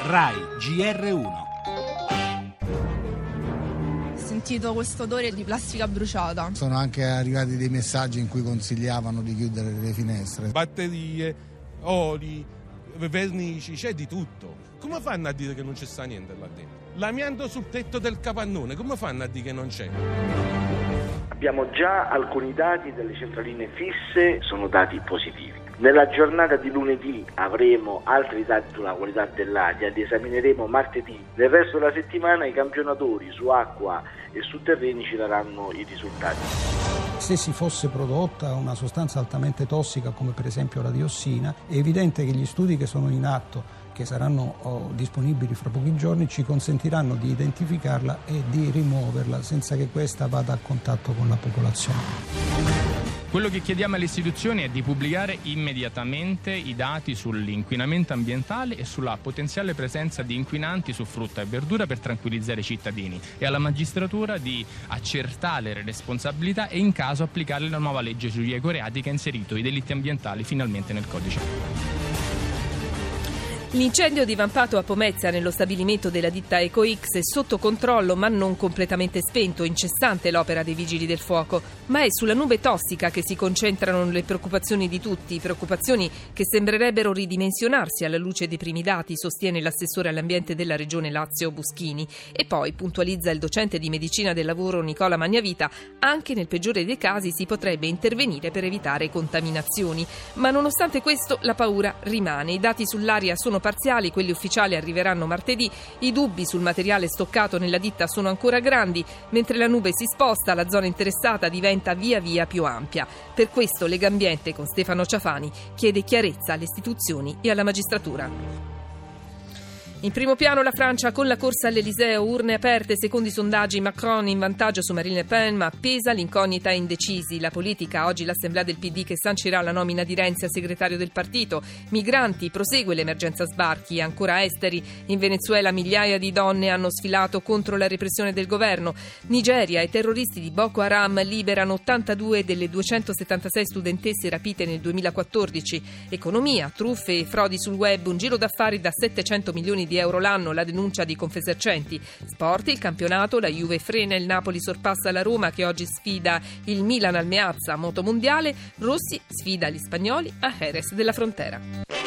RAI GR1. Ho sentito questo odore di plastica bruciata. Sono anche arrivati dei messaggi in cui consigliavano di chiudere le finestre. Batterie, oli, vernici, c'è di tutto. Come fanno a dire che non c'è sta niente là dentro? L'amianto sul tetto del capannone, come fanno a dire che non c'è? Abbiamo già alcuni dati delle centraline fisse, sono dati positivi. Nella giornata di lunedì avremo altri dati sulla qualità dell'aria, li esamineremo martedì. Nel resto della settimana i campionatori su acqua e su terreni ci daranno i risultati. Se si fosse prodotta una sostanza altamente tossica come per esempio la diossina, è evidente che gli studi che sono in atto, che saranno disponibili fra pochi giorni, ci consentiranno di identificarla e di rimuoverla senza che questa vada a contatto con la popolazione. Quello che chiediamo alle istituzioni è di pubblicare immediatamente i dati sull'inquinamento ambientale e sulla potenziale presenza di inquinanti su frutta e verdura per tranquillizzare i cittadini, e alla magistratura di accertare le responsabilità e in caso applicare la nuova legge sugli ecoreati che ha inserito i delitti ambientali finalmente nel codice. L'incendio divampato a Pomezia nello stabilimento della ditta EcoX è sotto controllo ma non completamente spento, incessante l'opera dei vigili del fuoco, ma è sulla nube tossica che si concentrano le preoccupazioni di tutti, preoccupazioni che sembrerebbero ridimensionarsi alla luce dei primi dati, sostiene l'assessore all'ambiente della regione Lazio Buschini, e poi puntualizza il docente di medicina del lavoro Nicola Magnavita: anche nel peggiore dei casi si potrebbe intervenire per evitare contaminazioni, ma nonostante questo la paura rimane. I dati sull'aria sono parziali, quelli ufficiali arriveranno martedì, i dubbi sul materiale stoccato nella ditta sono ancora grandi, mentre la nube si sposta, la zona interessata diventa via via più ampia. Per questo Legambiente con Stefano Ciafani chiede chiarezza alle istituzioni e alla magistratura. In primo piano la Francia con la corsa all'Eliseo, urne aperte, secondo i sondaggi Macron in vantaggio su Marine Le Pen, ma pesa l'incognita indecisi. La politica, oggi l'assemblea del PD che sancirà la nomina di Renzi a segretario del partito. Migranti, prosegue l'emergenza sbarchi, ancora esteri. In Venezuela migliaia di donne hanno sfilato contro la repressione del governo. Nigeria, i terroristi di Boko Haram liberano 82 delle 276 studentesse rapite nel 2014. Economia, truffe e frodi sul web, un giro d'affari da 700 milioni di euro l'anno, la denuncia di Confesercenti. Sport, il campionato, la Juve frena, il Napoli sorpassa la Roma che oggi sfida il Milan al Meazza. Moto mondiale, Rossi sfida gli spagnoli a Jerez della Frontera.